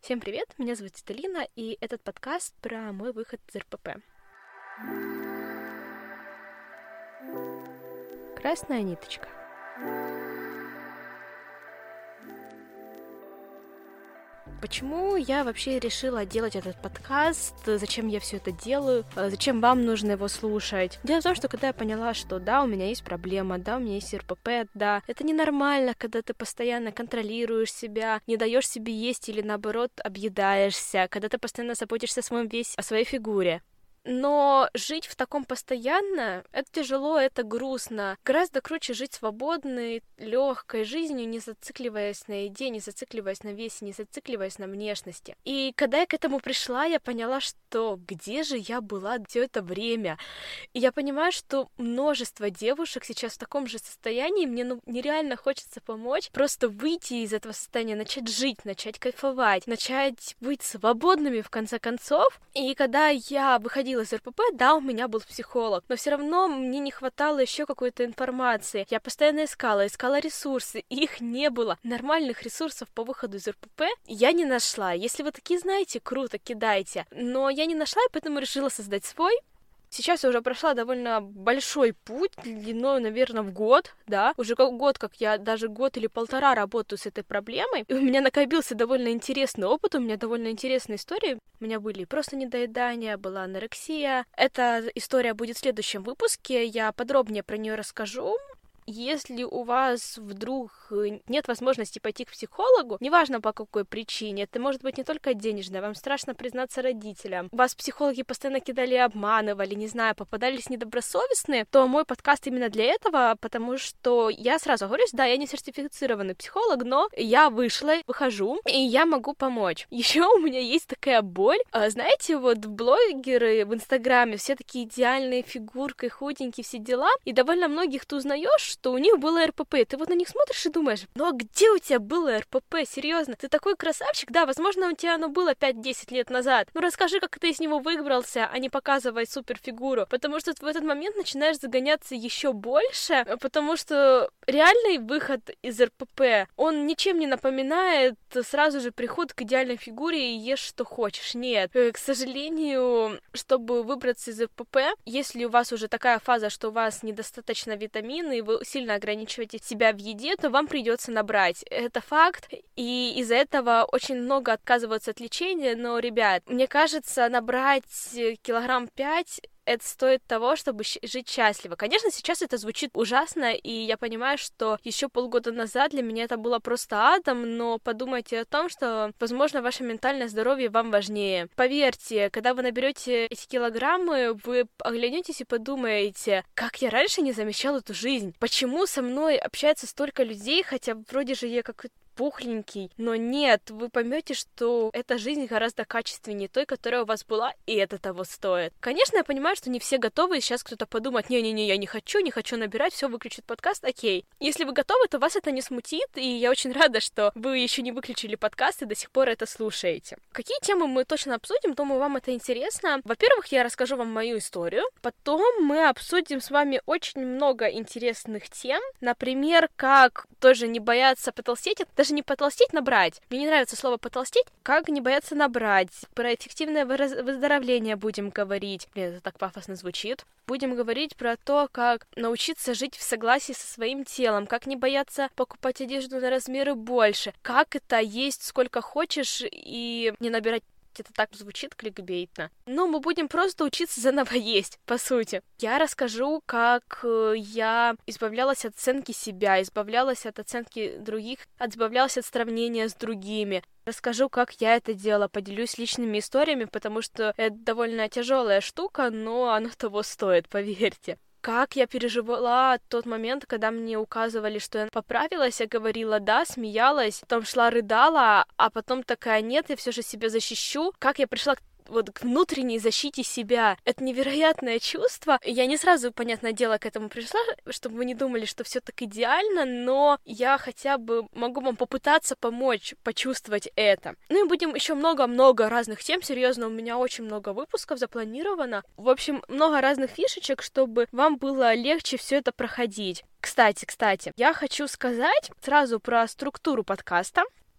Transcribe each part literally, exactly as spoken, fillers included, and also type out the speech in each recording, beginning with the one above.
Всем привет, меня зовут Титалина, и этот подкаст про мой выход из эр пэ пэ. Красная ниточка. Почему я вообще решила делать этот подкаст? Зачем я все это делаю? Зачем вам нужно его слушать? Дело в том, что когда я поняла, что да, у меня есть проблема, да, у меня есть эр пэ пэ, да, это ненормально, когда ты постоянно контролируешь себя, не даешь себе есть или наоборот объедаешься, когда ты постоянно заботишься о своем весе, о своей фигуре. Но жить в таком постоянно, это тяжело, это грустно. Гораздо круче жить свободной, легкой жизнью, не зацикливаясь на еде, не зацикливаясь на весе, не зацикливаясь на внешности. И когда я к этому пришла, я поняла, что где же я была все это время? И я понимаю, что множество девушек сейчас в таком же состоянии, мне ну, нереально хочется помочь, просто выйти из этого состояния, начать жить, начать кайфовать, начать быть свободными в конце концов. И когда я выходила из эр пэ пэ, да, у меня был психолог, но все равно мне не хватало еще какой-то информации. Я постоянно искала, искала ресурсы, их не было. Нормальных ресурсов по выходу из эр пэ пэ я не нашла. Если вы такие знаете, круто, кидайте. Но я не нашла, и поэтому решила создать свой. Сейчас я уже прошла довольно большой путь, длиной, наверное, в год, да, уже как год, как я даже год или полтора работаю с этой проблемой, и у меня накопился довольно интересный опыт, у меня довольно интересные истории, у меня были просто недоедания, была анорексия, эта история будет в следующем выпуске, я подробнее про нее расскажу. Если у вас вдруг нет возможности пойти к психологу, неважно по какой причине, это может быть не только денежное, вам страшно признаться родителям, вас психологи постоянно кидали, обманывали, не знаю, попадались недобросовестные, то мой подкаст именно для этого, потому что я сразу говорю, да, я не сертифицированный психолог, но я вышла, выхожу, и я могу помочь. Еще у меня есть такая боль, знаете, вот блогеры в Инстаграме, все такие идеальные фигуркой, худенькие, все дела, и довольно многих ты узнаешь, что у них было эр пэ пэ. Ты вот на них смотришь и думаешь, ну а где у тебя было эр пэ пэ? Серьезно, ты такой красавчик? Да, возможно, у тебя оно было пять-десять лет назад. Ну расскажи, как ты из него выбрался, а не показывай суперфигуру. Потому что в этот момент начинаешь загоняться еще больше, потому что реальный выход из эр пэ пэ, он ничем не напоминает сразу же приход к идеальной фигуре и ешь, что хочешь. Нет. К сожалению, чтобы выбраться из эр пэ пэ, если у вас уже такая фаза, что у вас недостаточно витаминов, и вы сильно ограничиваете себя в еде, то вам придется набрать. Это факт, и из-за этого очень много отказываются от лечения, но, ребят, мне кажется, набрать килограмм пять это стоит того, чтобы жить счастливо. Конечно, сейчас это звучит ужасно, и я понимаю, что еще полгода назад для меня это было просто адом, но подумайте о том, что, возможно, ваше ментальное здоровье вам важнее. Поверьте, когда вы наберете эти килограммы, вы оглянетесь и подумаете, как я раньше не замечал эту жизнь, почему со мной общается столько людей, хотя вроде же я как пухленький, но нет, вы поймете, что эта жизнь гораздо качественнее той, которая у вас была, и это того стоит. Конечно, я понимаю, что не все готовы, и сейчас кто-то подумает, не-не-не, я не хочу, не хочу набирать, все, выключит подкаст, окей. Если вы готовы, то вас это не смутит, и я очень рада, что вы еще не выключили подкаст и до сих пор это слушаете. Какие темы мы точно обсудим, думаю, вам это интересно. Во-первых, я расскажу вам мою историю, потом мы обсудим с вами очень много интересных тем, например, как тоже не бояться потолстеть, даже не потолстеть, набрать. Мне не нравится слово потолстеть. Как не бояться набрать. Про эффективное выздоровление будем говорить. Блин, это так пафосно звучит. Будем говорить про то, как научиться жить в согласии со своим телом, как не бояться покупать одежду на размеры больше, как это есть сколько хочешь и не набирать. Это так звучит кликбейтно. Но мы будем просто учиться заново есть, по сути. Я расскажу, как я избавлялась от оценки себя, избавлялась от оценки других, избавлялась от сравнения с другими. Расскажу, как я это делала, поделюсь личными историями, потому что это довольно тяжелая штука, но оно того стоит, поверьте. Как я переживала тот момент, когда мне указывали, что я поправилась, я говорила «да», смеялась, потом шла рыдала, а потом такая «нет, я все же себя защищу». Как я пришла к вот к внутренней защите себя. Это невероятное чувство. Я не сразу, понятное дело, к этому пришла, чтобы вы не думали, что все так идеально, но я хотя бы могу вам попытаться помочь почувствовать это. Ну и будем еще много-много разных тем. Серьезно, у меня очень много выпусков запланировано. В общем, много разных фишечек, чтобы вам было легче все это проходить. Кстати, кстати, я хочу сказать сразу про структуру подкаста.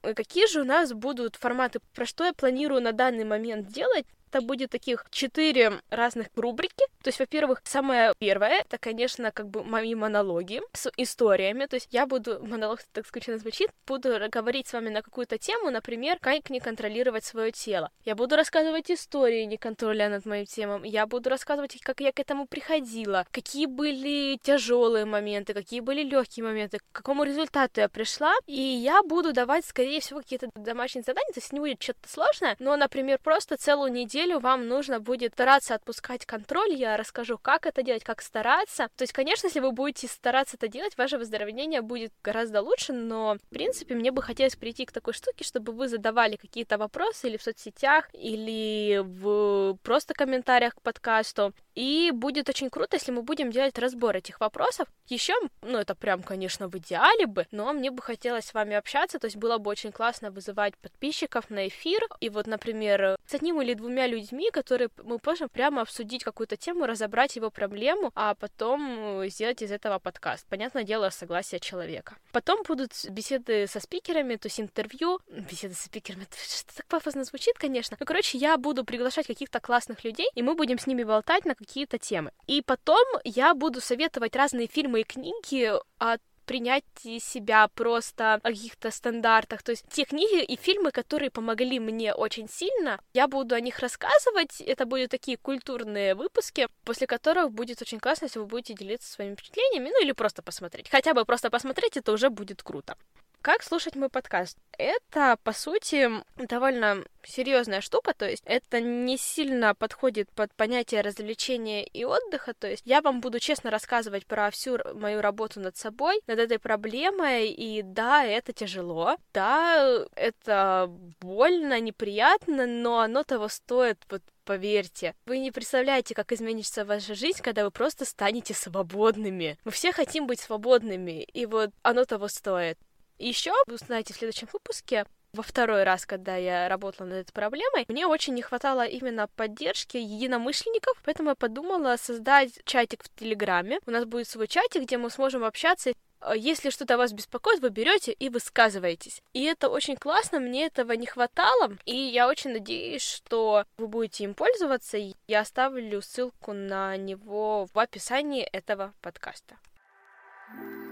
Какие же у нас будут форматы, про что я планирую на данный момент делать? Это будет таких четыре разных рубрики. То есть, во-первых, самое первое, это, конечно, как бы мои монологи с историями. То есть я буду, монолог так скучно звучит, буду говорить с вами на какую-то тему, например, как не контролировать свое тело. Я буду рассказывать истории не контроля над моим темам. Я буду рассказывать, как я к этому приходила, какие были тяжелые моменты, какие были легкие моменты, к какому результату я пришла. И я буду давать, скорее всего, какие-то домашние задания. То есть не будет что-то сложное, но, например, просто целую неделю вам нужно будет стараться отпускать контроль. Я расскажу, как это делать, как стараться. То есть, конечно, если вы будете стараться это делать, ваше выздоровление будет гораздо лучше, но, в принципе, мне бы хотелось прийти к такой штуке, чтобы вы задавали какие-то вопросы или в соцсетях, или в просто комментариях к подкасту. И будет очень круто, если мы будем делать разбор этих вопросов. Еще, ну, это прям, конечно, в идеале бы, но мне бы хотелось с вами общаться, то есть было бы очень классно вызывать подписчиков на эфир, и вот, например, с одним или двумя людьми, которые мы можем прямо обсудить какую-то тему, разобрать его проблему, а потом сделать из этого подкаст. Понятное дело, согласие человека. Потом будут беседы со спикерами, то есть интервью. Беседы со спикерами, это что-то так пафосно звучит, конечно. Ну, короче, я буду приглашать каких-то классных людей, и мы будем с ними болтать на какие-то темы. И потом я буду советовать разные фильмы и книги от принятии себя просто о каких-то стандартах. То есть те книги и фильмы, которые помогли мне очень сильно, я буду о них рассказывать. Это будут такие культурные выпуски, после которых будет очень классно, если вы будете делиться своими впечатлениями, ну или просто посмотреть. Хотя бы просто посмотреть, это уже будет круто. Как слушать мой подкаст? Это, по сути, довольно серьезная штука, то есть это не сильно подходит под понятие развлечения и отдыха, то есть я вам буду честно рассказывать про всю мою работу над собой, над этой проблемой, и да, это тяжело, да, это больно, неприятно, но оно того стоит, вот поверьте. Вы не представляете, как изменится ваша жизнь, когда вы просто станете свободными. Мы все хотим быть свободными, и вот оно того стоит. Еще вы узнаете в следующем выпуске, во второй раз, когда я работала над этой проблемой, мне очень не хватало именно поддержки единомышленников, поэтому я подумала создать чатик в Телеграме. У нас будет свой чатик, где мы сможем общаться. Если что-то вас беспокоит, вы берете и высказываетесь. И это очень классно, мне этого не хватало, и я очень надеюсь, что вы будете им пользоваться. Я оставлю ссылку на него в описании этого подкаста.